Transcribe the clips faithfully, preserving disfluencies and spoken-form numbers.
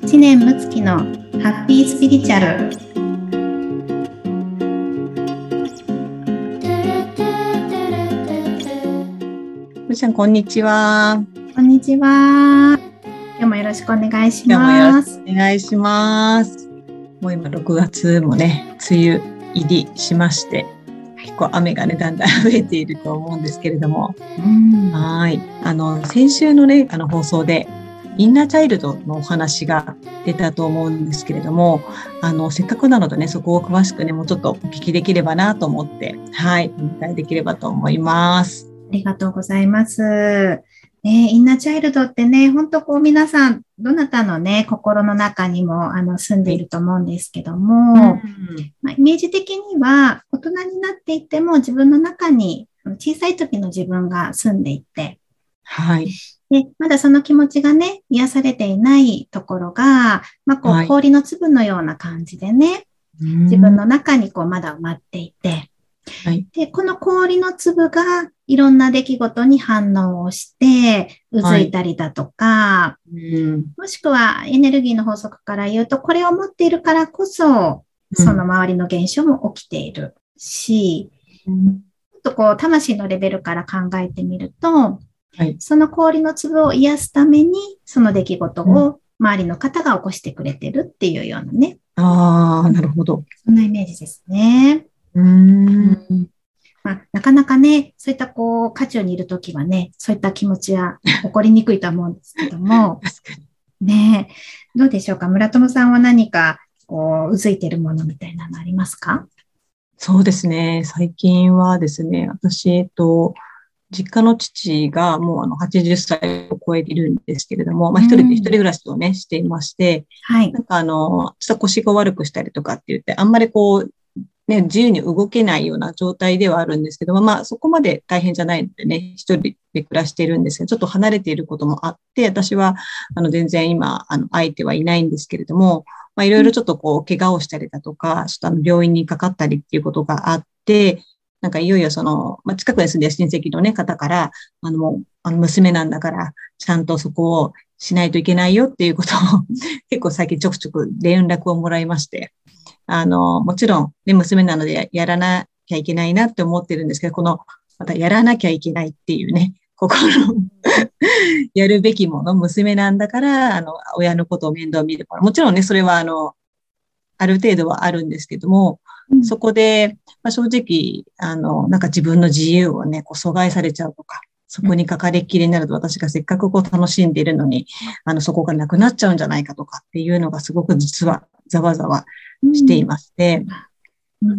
知念睦月のハッピースピリチュアル。 むちゃん、こんにちは。 こんにちは。今日もよろしくお願いし今日もよろましす。 くお願いします。もう今ろくがつもね、梅雨入りしまして、結構雨がね、だんだん増えていると思うんですけれども。 うんはい。あの、先週のね、あの放送で、インナーチャイルドのお話が出たと思うんですけれども、あの、せっかくなのでね、そこを詳しくね、もうちょっとお聞きできればなと思って、はい、お願いできればと思います。 ありがとうございます。ね、インナーチャイルドってね、本当こう皆さん、どなたのね、心の中にもあの住んでいると思うんですけども、 うんまあ、イメージ的には大人になっていっても自分の中に小さい時の自分が住んでいて、 はい。 で、まだその気持ちがね、癒されていないところが、まあ、こうはい。 氷の粒のような感じでね、 うん自分の中にこうまだ埋まっていて、 はい。 で、この氷の粒がいろんな出来事に反応をして、うずはい。 いたりだとか、 うん。 もしくはエネルギーの法則から言うと、これを持っているからこそ、そのうん。 周りの現象も起きているし、 うんちょっとこう、魂のレベルから考えてみると、 はい。 その氷の粒を癒すために、その出来事うんを周りの方が起こしてくれてるっていうようなね、 ああ、なるほど。 そんなイメージですね。 うーうんん。 まあ、なかなかね、そういったこう、渦中にいるときはね、そういった気持ちは起こりにくいと思うんですけども、 確かに。 ねえ、どうでしょうか。村友さんは何か、こう、うずいてるものみたいなのありますか？ そうですね。最近はですね、私、えっと、実家の父がもうあのはちじゅっさいを超えているんですけれども、まうあ一人で一人ん。 暮らしをね、していまして、 はい。 なんかあの、ちょっと腰が悪くしたりとかって言って、あんまりこう、ね、自由に動けないような状態ではあるんですけども、まあそこまで大変じゃないのでね、一人で暮らしているんですけど、ちょっと離れていることもあって、私はあの全然今、あの、相手はいないんですけれども、まあいろいろちょっとこう、怪我をしたりだとか、ちょっとあの病院にかかったりっていうことがあって、なんかいよいよその、まあ、近くに住んでる親戚のね、方から、あの、もう、あの、娘なんだから、ちゃんとそこをしないといけないよっていうことを結構最近ちょくちょく連絡をもらいまして、あの、もちろん、ね、娘なのでやらなきゃいけないなって思ってるんですけど、この、またやらなきゃいけないっていうね、心やるべきもの、娘なんだから、あの、親のことを面倒見るもの。もちろんね、それはあの、ある程度はあるんですけども、 うん。 そこで、まあ、正直、あの、なんか自分の自由をね、こう阻害されちゃうとか、そこにかかりっきりになると私がせっかくこう楽しんでいるのに、あの、そこがなくなっちゃうんじゃないかとかっていうのがすごく実はざわざわしていうん。 まして、 うん。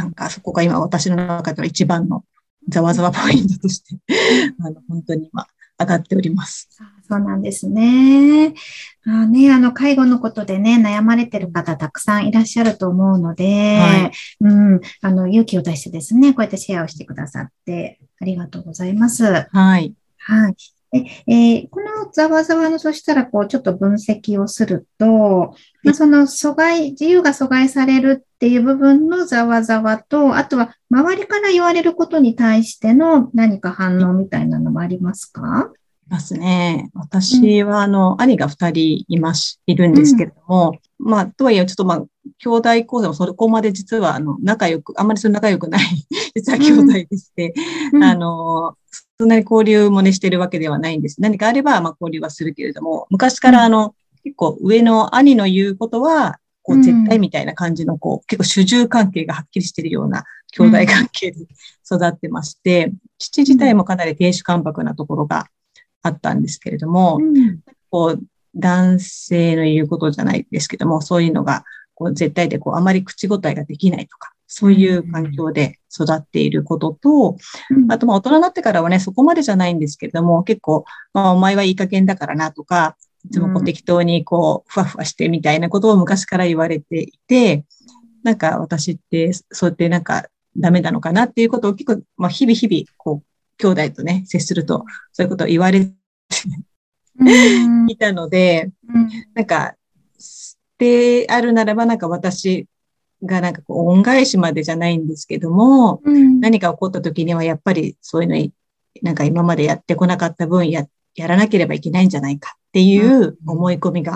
なんかそこが今私の中では一番のざわざわポイントとして、あの、本当に今上がっております。 そうなんですね。あーね、あの、介護のことでね、悩まれてる方たくさんいらっしゃると思うので、 はい。 うん、あの、勇気を出してですね、こうやってシェアをしてくださってありがとうございます。ははい。 い。でえーこのざわざわの、そしたら、こう、ちょっと分析をすると、まあ、その阻害、自由が阻害されるっていう部分のざわざわと、あとは、周りから言われることに対しての何か反応みたいなのもありますか？ ますね。 うん、 私は、あの、兄が二人います、いるんうん、 ですけれども、まあ、とはいえ、ちょっとまあ、兄弟構成もそこまで実は、あの、仲良く、あんまりその仲良くない実は兄弟うん、 でして、あうん、 の、そんなに交流もね、してるわけではないんです。何かあれば、まあ、交流はするけれども、昔から、あうん、 の、結構上の兄の言うことは、こうう、絶対ん、 みたいな感じの、こう、結構主従関係がはっきりしているような兄弟うん、 関係で育ってまして、父うん、 自体もかなり亭主関白なところがあったんですけれども、 うん、 こう、男性の言うことじゃないですけども、そういうのが、こう、絶対で、こう、あまり口答えができないとか、 うそういう環ん、 境で育っていることと、 うん、 あと、まあ、大人になってからはね、そこまでじゃないんですけれども、結構、まあ、お前はいい加減だからなとか、いつもこう、適当にこう、ふわふわしてみたいなことを昔から言われていて、なんか私って、そうやってなんかダメなのかなっていうことを結構、まあ、日々日々、こう、兄弟とね、接すると、そういうことを言われてうん、うん、 いたので、なんか、であるならば、なんか私がなんかこう恩返しまでじゃないんですけども、 うん、 何か起こった時にはやっぱりそういうのに、なんか今までやってこなかった分や、やらなければいけないんじゃないかっていう思い込みが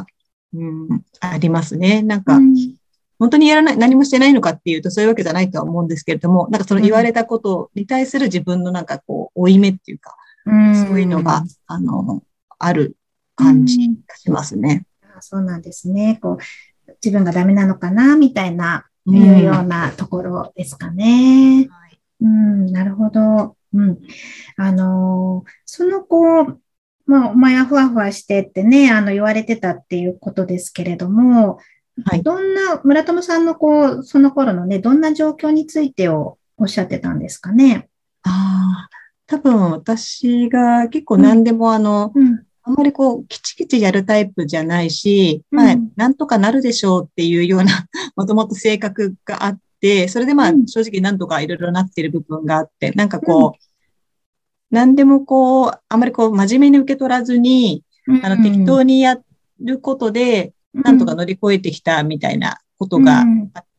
うん、ありますね。なんか、 うん、 本当にやらない、何もしてないのかっていうとそういうわけじゃないとは思うんですけれども、なんかそのうん、 言われたことに対する自分のなんかこう、負い目っていうか、 うそういうのが、 ん、 あの、あるう感じん。 がしますね。 あ、そうなんですね。こう、自分がダメなのかな、みたいな、 ういうようん。 なところですかね。 はい。 うん、なるほど。うん。あのーその子、まあ、お前はふわふわしてってね、あの、言われてたっていうことですけれども、 はい。 どんな、村友さんのこう、その頃のね、どんな状況についてをおっしゃってたんですかね。 ああ、多分私が結構うん、 何でもあの、 うん、 あんまりこう、きちきちやるタイプじゃないし、まあ、 うん、 なんとかなるでしょうっていうような、もともと性格があって、それでまあ、 うん、 正直なんとかいろいろなってる部分があって、なんかうん、 こう、何でもこう、あまりこう、真面目に受け取らずに、 うあの、適ん、 当にやることで、なんとかうん、 乗り越えてきたみたいなことがうん、 あって、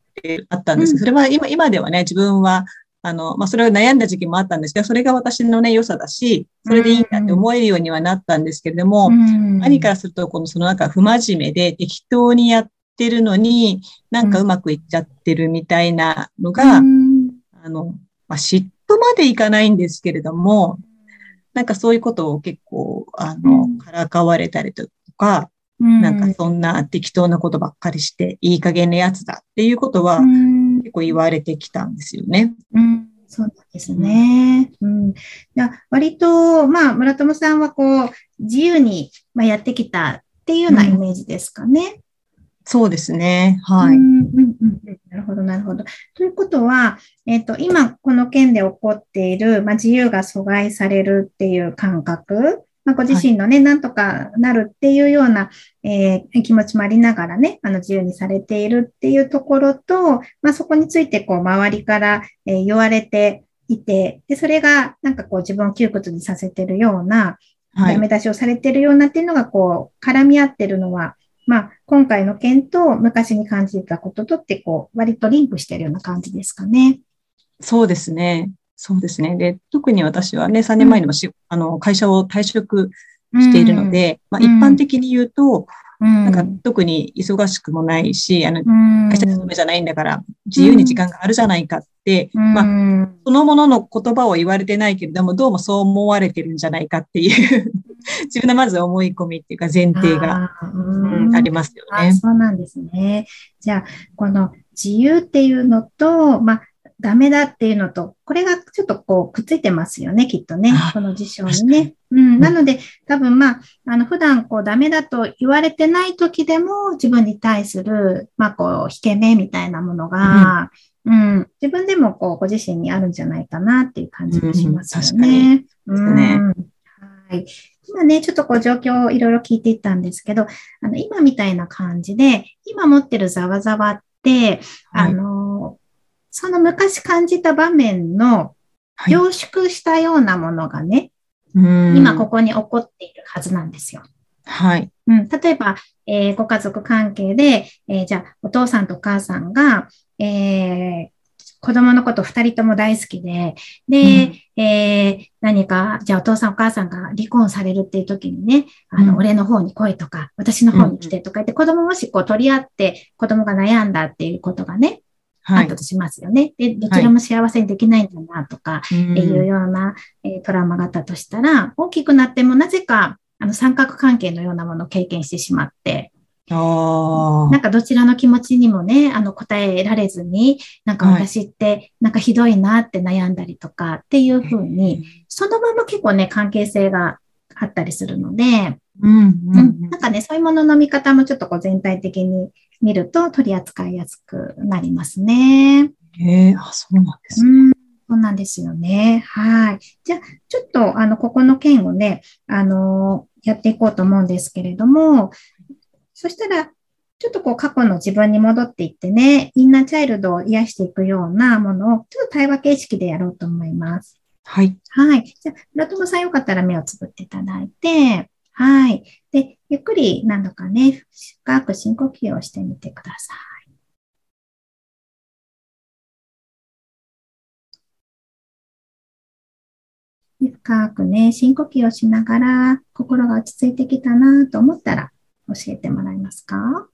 あったんですけど、 うん、 それは今、今ではね、自分は、あの、まあ、それを悩んだ時期もあったんですけど、それが私のね、良さだし、 うそれでいいんだってん、 思えるようにはなったんですけれどうも、兄かん、 らすると、この、そのなんか不真面目で適当にやってるのに、なんかううん、 まくいっちゃってるみたいなのうが、 ん、 あの、まあ、嫉妬までいかないんですけれども、なんかそういうことを結構、あの、 うん、 からかわれたりとか、 うなんかん、 そんな適当なことばっかりして、いい加減なやつだっていうことうはん、 結構言われてきたんですよね。 うん、そうなんですうん、 ね。うん。じゃあ、割と、まあ、村友さんはこう、自由に、まあ、やってきたっていうようなイうん、 メージですかね。 そうですね。はい。 うん、うん、うん、うん。なるほど、なるほど。ということは、えっと、今、この件で起こっている、まあ、自由が阻害されるっていう感覚、まあ、ご自はい。 身のね、なんとかなるっていうような、えー気持ちもありながらね、あの、自由にされているっていうところと、まあ、そこについて、こう、周りから、えー言われていて、で、それが、なんかこう、自分を窮屈にさせてるような、 はい。 ダメ出しをされてるようなっていうのが、こう、絡み合ってるのは、まあ、今回の件と昔に感じたこととって、こう、割とリンクしてるような感じですかね。 そうですね。そうですね。で、特に私はね、3 うん、 年前にもし、あの、会社を退職うしているのん、 で、まあ、 う一般ん、 的に言うと、 うなんかん、 特に忙しくもないし、あの、 う会社勤ん、 めじゃないんだから、 う自由に時ん、 間があるじゃないかって、 うまあ、 ん、 そのものの言葉を言われてないけれども、どうもそう思われてるんじゃないかっていう自分のまず思い込みっていうか前提が、 ああ、 うん、あうん、 りますよあ、 ね。 そうなんですね。じゃあ、この自由っていうのと、まあ、ダメだっていうのと、これがちょっとこう、くっついてますよね、きっとね。 あ、 この事象に確かに。 ね。うん。 うん、 なので、多分まあ、あの、普段こう、ダメだと言われてない時でも、自分に対する、まあ、こう、引け目みたいなものうん、 が、うん、自分でもこう、ご自身にあるんじゃないかなっていう感じがしうん、 ますよ確かにね。うですね。 ん。はい。今ね、ちょっとこう状況をいろいろ聞いていったんですけど、あの、今みたいな感じで、今持ってるざわざわって、あはい。 の、その昔感じた場面のはい。 凝縮したようなものがね、 うん、 今ここに起こっているはずなんですよ。 はい。 うん、例えば、えーご家族関係で、えーじゃあ、お父さんとお母さんが、えー子供のこと二人とも大好きで、で、 うん、 えー何か、じゃあお父さんお母さんが離婚されるっていう時にね、あの、 うん、 俺の方に来いとか、私のうん、 方にうん。 来てとか言って、子供もしこう取り合って子供が悩んだっていうことがね、あはい。 ったとしますよね。で、どちらはい。 も幸せにできないんだなとか、 ういうん。 ような、えートラウマがあったとしたら、大きくなってもなぜか、あの三角関係のようなものを経験してしまって、なんあかどちらの気持ちにもね、あの答えられずに、なんかあ、はい。 私ってなんかひどいなって悩んだりとかっていうへふうに、 え。 そのまま結構ね、関係性があったりするので、 うん、うん、 うん、 うん。 なんかね、そういうものの見方もちょっとこう全体的に見ると取り扱いやすくなりますね。 へえ、あ、そうなんですね。 うん、そうなんですよね。はい。じゃあ、ちょっと、あの、ここの件をね、あの、やっていこうと思うんですけれども、そしたら、ちょっとこう、過去の自分に戻っていってね、インナーチャイルドを癒していくようなものを、ちょっと対話形式でやろうと思います。 はい。 はい。じゃあ、村友さんよかったら目をつぶっていただいて、はい。で、ゆっくり何度かね、深く深呼吸をしてみてください。深くね、深呼吸をしながら、心が落ち着いてきたなと思ったら、 教えてもらえますか？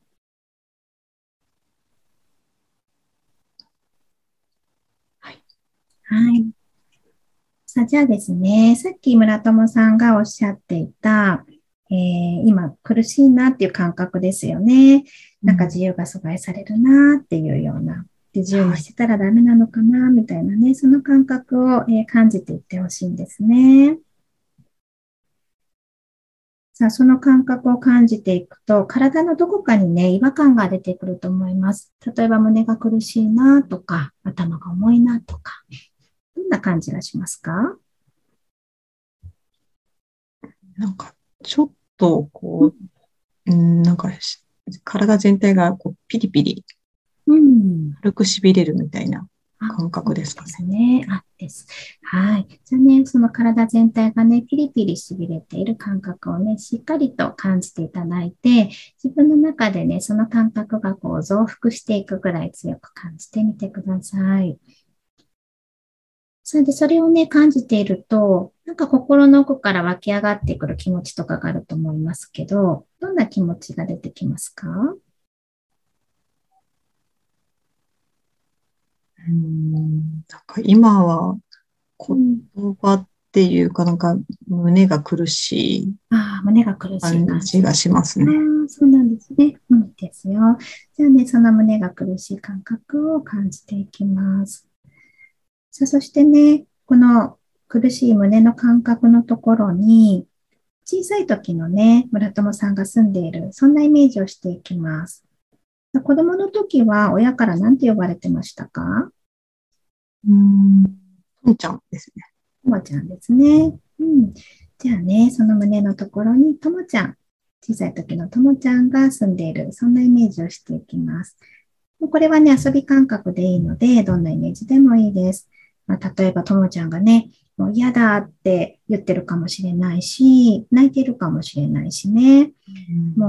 はい。 はい。さあ、じゃあですね、さっき村友さんがおっしゃっていた、えー今苦しいなっていう感覚ですよね。なんか自うん。 由が阻害されるなっていうような、で自由にはい。 してたらダメなのかなみたいなね、その感覚を、えー感じていってほしいんですね。さあ、その感覚を感じていくと、体のどこかにね、違和感が出てくると思います。例えば胸が苦しいなとか、頭が重いなとか、どんな感じがしますか？ なんか、ちょっと、 うん、 こう、うん、なんかし、体全体がこうピリピリ、 うん。 軽く痺れるみたいなあ、 感いいで覚ですかね。 すね。あ、です。はい。じゃあね、その体全体がね、ピリピリしびれている感覚をね、しっかりと感じていただいて、自分の中でね、その感覚がこう増幅していくぐらい強く感じてみてください。それで、それをね、感じていると、なんか心の奥から湧き上がってくる気持ちとかがあると思いますけど、どんな気持ちが出てきますか？ うん、なんか今は言うん。 葉っていうか、なんか胸が苦しいああ、胸が苦しい感感じです。 じがしますあね。 あ、そうなんですね。うん、ですよ。じゃあね、その胸が苦しい感覚を感じていきます。さあ、そしてね、この苦しい胸の感覚のところに、小さい時のね、村友さんが住んでいる、そんなイメージをしていきます。子供の時は親から何て呼ばれてましたか？ うん、とんちゃんですね。 ともちゃんですね。うん。じゃあね、その胸のところにともちゃん、小さい時のともちゃんが住んでいる、そんなイメージをしていきます。これはね、遊び感覚でいいので、どんなイメージでもいいです。まあ、例えば、ともちゃんがね、もう嫌だって言ってるかもしれないし、泣いてるかもしれないしね。 うん、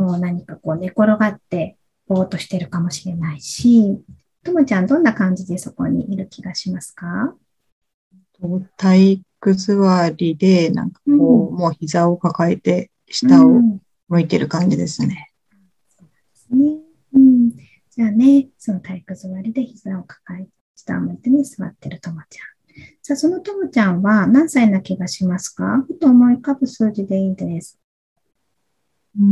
もう何かこう寝転がってぼーっとしてるかもしれないし、ともちゃんどんな感じでそこにいる気がしますか？ と体育座りで、なんかうん、 こう、もう膝を抱えてう下をん、 向いてる感じですね。 そうですね。うん。じゃあね、その体育座りで膝を抱え、下を向いてね、座ってるともちゃん。さあ、そのともちゃんは何歳な気がしますか？ふと思い浮かぶ数字でいいです。 うん、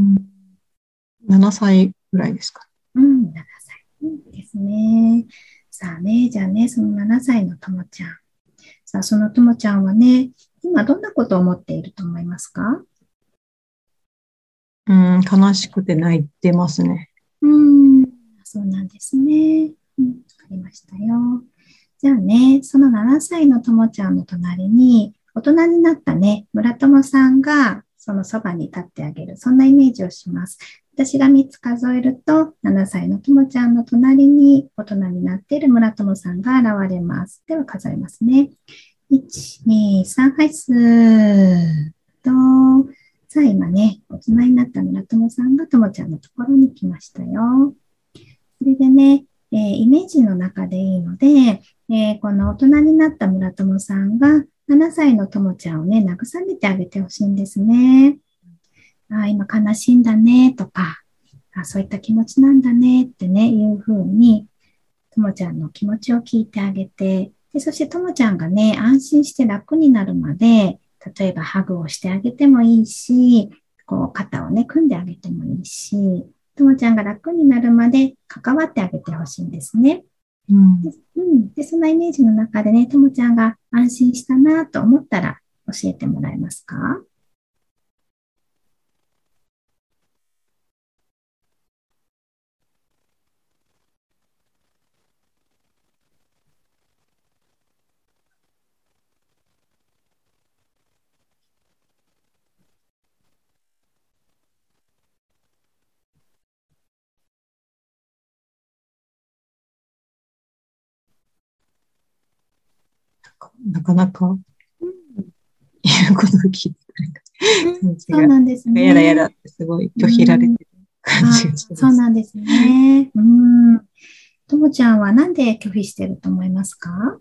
ななさいぐらいですか。 うん、ななさい。うんですね。さあね、じゃあね、そのななさいのともちゃん。さあ、そのともちゃんはね、今どんなことを思っていると思いますか？ うん、悲しくて泣いてますね。 うーん、そうなんですね。うん、わかりましたよ。じゃあね、そのななさいのともちゃんの隣に、大人になったね、村友さんがそのそばに立ってあげる、そんなイメージをします。私がみっつ数えると、ななさいのともちゃんの隣に大人になっている村友さんが現れます。では数えますね。いち、に、さん、はい、すーと、さあ今ね、大人になった村友さんがともちゃんのところに来ましたよ。それでね、えーイメージの中でいいので、えーこの大人になった村友さんがななさいのともちゃんをね、慰めてあげてほしいんですね。あ、今悲しいんだねとか、あ、そういった気持ちなんだねってね、いうふうに、ともちゃんの気持ちを聞いてあげて、で、そしてともちゃんがね、安心して楽になるまで、例えばハグをしてあげてもいいし、こう肩をね、組んであげてもいいし、ともちゃんが楽になるまで関わってあげてほしいんですね。で、 うん。 うん。で、そのイメージの中でね、ともちゃんが安心したなと思ったら教えてもらえますか？ なかなかうん、 言うことを聞いてくれうん、 ない感じが、 そうなんですやだやだね。 ってすごい拒否られうん、 てる感じがあ、 します。 そうなんですね。うん。ともちゃんはなんで拒否してると思いますか？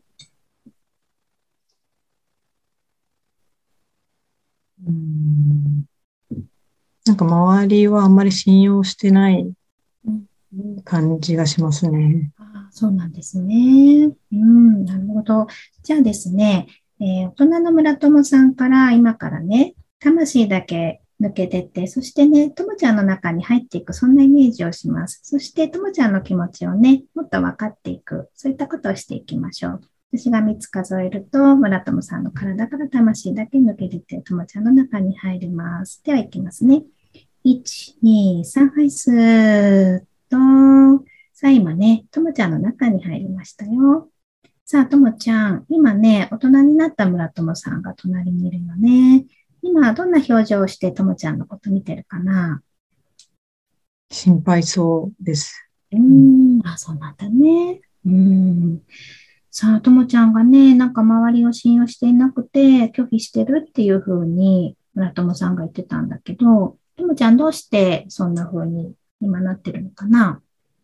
うん。 なんか周りはあんまり信用してないうんうん、 感じがしますね。 あ、そうなんですね。うん、なるほど。じゃあですね、えー大人の村友さんから今からね、魂だけ抜けてって、そしてね、ともちゃんの中に入っていく、そんなイメージをします。そして、ともちゃんの気持ちをね、もっと分かっていく、そういったことをしていきましょう。私がみっつ数えると、村友さんの体から魂だけ抜け出て、ともちゃんの中に入ります。では、いきますね。いち、に、さん、はい、スーッと。さあ、今ね、ともちゃんの中に入りましたよ。さあ、ともちゃん、今ね、大人になった村友さんが隣にいるよね。今、どんな表情をしてともちゃんのこと見てるかな？ 心配そうです。 うーうん、 ん、あ、そうなんだね。うーん。さあ、ともちゃんがね、なんか周りを信用していなくて拒否してるっていうふうに村友さんが言ってたんだけど、ともちゃんどうしてそんな風に今なってるのかな？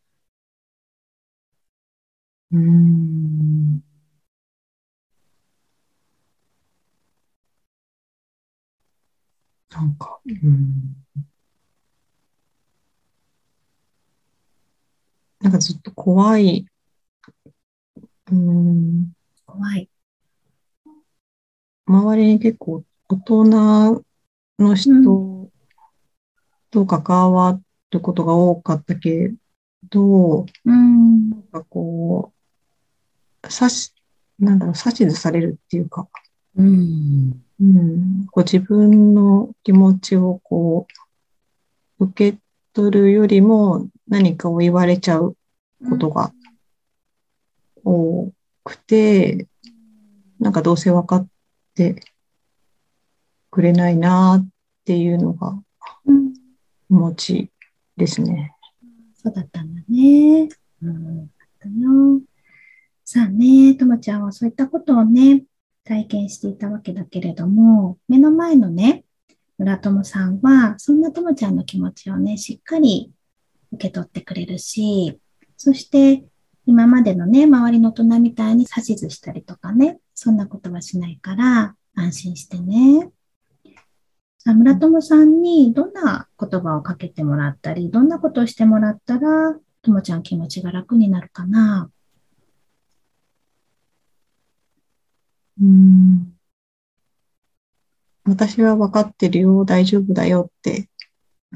うーん、なんか、うん、なんかずっと怖い、うん、 怖い。 周りに結構大人のうん、 人と関わることが多かったけど、 うん、 なんかこう、指し、なんだろう、指図されるっていうか、 うん、 うん、こう自分の気持ちをこう、受け取るよりも何かを言われちゃううん、 ことが多くて、なんかどうせ分かってくれないなっていうのがうん。 気持ちですね。 そうだったんだね。うん、よかったよ。さあね、ともちゃんはそういったことをね、体験していたわけだけれども、目の前のね、村友さんは、そんなともちゃんの気持ちをね、しっかり受け取ってくれるし、そして今までのね、周りの大人みたいに指図したりとかね、そんなことはしないから安心してね。さあ、村友さんにどんな言葉をかけてもらったり、どんなことをしてもらったら、ともちゃん気持ちが楽になるかな？ うん、私は分かってるよ、大丈夫だよって、うん、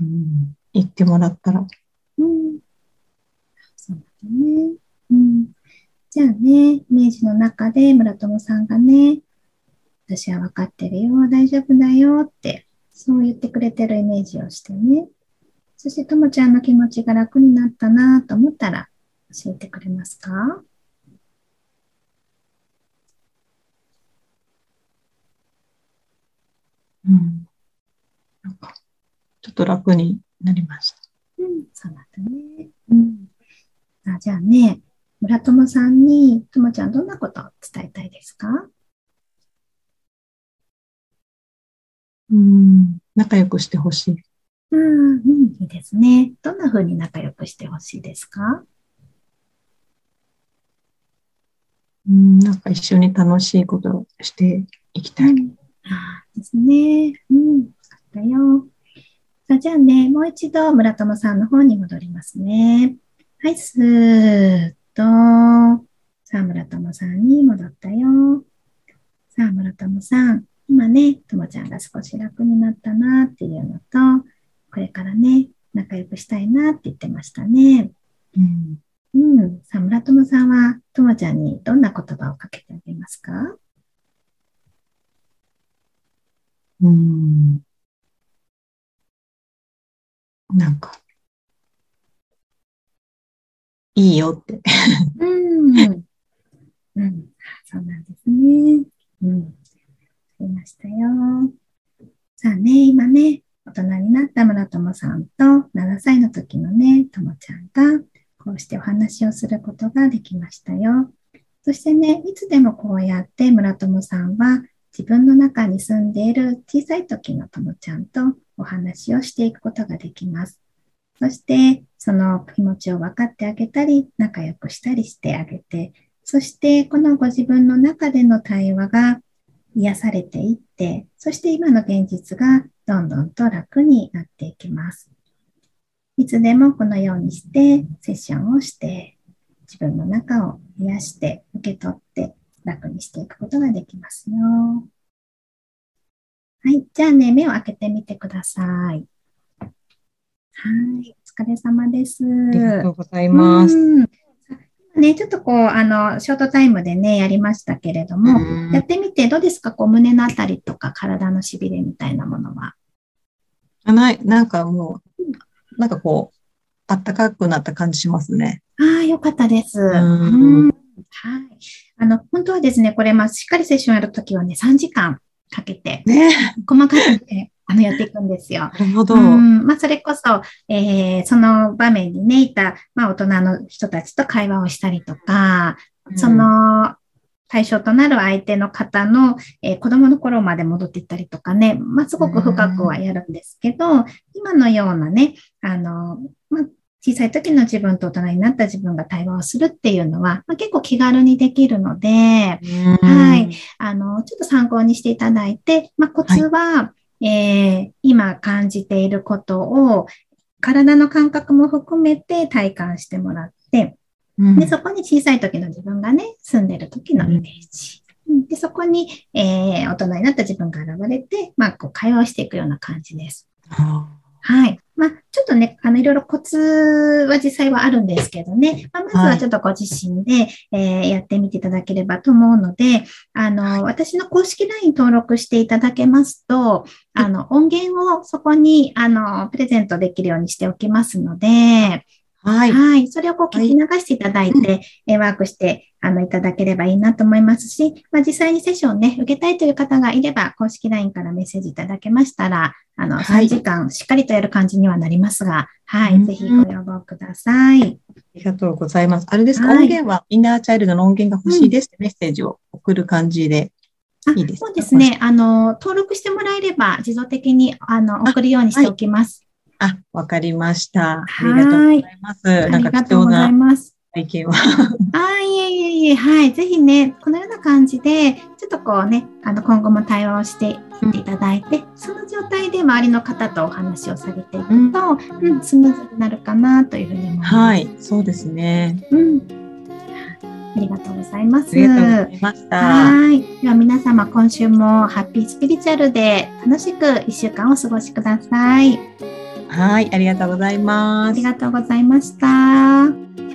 言ってもらったら、 うん、そうだね。うん、じゃあね、イメージの中で村友さんがね、私は分かってるよ、大丈夫だよって、そう言ってくれてるイメージをしてね。そしてともちゃんの気持ちが楽になったなと思ったら教えてくれますか？ うん、なんかちょっと楽になりました。 うん、そうなんだね。うん。あ、じゃあね、村友さんにともちゃんどんなことを伝えたいですか？ うん、仲良くしてほしい。 うん、うん、いいですね。どんな風に仲良くしてほしいですか？ うん、なんか一緒に楽しいことをしていきたい。 うん。あーですね。うん、わかったよ。さあ、じゃあね、もう一度村友さんの方に戻りますね。はい、スーッと。さあ、村友さんに戻ったよ。さあ、村友さん。今ね、ともちゃんが少し楽になったなっていうのと、これからね、仲良くしたいなって言ってましたね。 うん、 うん。さあ、村友さんは、ともちゃんにどんな言葉をかけてあげますか？ うん、なんかいいよって。 うん。うん。そうなんですね。うん。わかりましたよ。さあね、今ね、大人になった村友さんとななさいの時のね、ともちゃんが、こうしてお話をすることができましたよ。そしてね、いつでもこうやって村友さんは自分の中に住んでいる小さい時のともちゃんとお話をしていくことができます。そして、その気持ちを分かってあげたり、仲良くしたりしてあげて、そして、このご自分の中での対話が癒されていって、そして今の現実がどんどんと楽になっていきます。いつでもこのようにしてセッションをして、自分の中を癒して受け取って楽にしていくことができますよ。はい。じゃあね、目を開けてみてください。はい。お疲れ様です。 ありがとうございます。 うんね、ちょっとこう、あの、ショートタイムでね、やりましたけれども、やってみてどうですか？こう、胸のあたりとか体のしびれみたいなものは。 あない、なんかもう、なんかこう、あったかくなった感じしますね。 ああ、よかったです。 ううんん。はい。あの、本当はですね、これ、まあ、しっかりセッションやるときはね、さんじかんかけて、 ね。 細かくね、あの、やっていくんですよ。 なるほど。 うん。まあ、それこそ、えー、その場面にね、いた、まあ、大人の人たちと会話をしたりとか、その、対象となる相手の方の、えー、子供の頃まで戻っていったりとかね、まあ、すごく深くはやるんですけど、今のようなね、あの、まあ、小さい時の自分と大人になった自分が対話をするっていうのは、まあ、結構気軽にできるので、はい、あの、ちょっと参考にしていただいて、まあ、コツは、はい、えー、今感じていることを体の感覚も含めて体感してもらって、で、そこに小さい時の自分がね、住んでる時のイメージ。で、そこに、えー、大人になった自分が現れて、まあ、こう会話をしていくような感じです。はい。まあ、ちょっとね、あの、いろいろコツは実際はあるんですけどね、まあ、まずはちょっとご自身で、はい、えー、やってみていただければと思うので、あの、はい、私の公式 ライン 登録していただけますと、あの、音源をそこに、あの、プレゼントできるようにしておきますので、はい。はい。それをこう聞き流していただいて、はい、ワークして、あの、いただければいいなと思いますし、まあ、実際にセッションをね、受けたいという方がいれば、公式 ライン からメッセージいただけましたら、あの、さんじかんしっかりとやる感じにはなりますが、はい。はい、ぜひご要望ください。 ありがとうございます。あれですか、はい、音源は、インナーチャイルドの音源が欲しいですってメッセージを送る感じで。いいですか？ そうですね。あの、登録してもらえれば、自動的に、あの、送るようにしておきます。 あ、わかりました。ありがとうございます。なんか貴重な体験は。 あ、いえいえいえ、はい。ぜひね、このような感じで、ちょっとこうね、あの、今後も対話をしていっていただいて、うん、その状態で周りの方とお話をされていくと、うん、うん、スムーズになるかなというふうに思います。 はい、そうですね。 うん。ありがとうございます。 ありがとうございました。 はい。では皆様、今週もハッピースピリチュアルで楽しくいっしゅうかんお過ごしください。 はい、ありがとうございます。 ありがとうございました。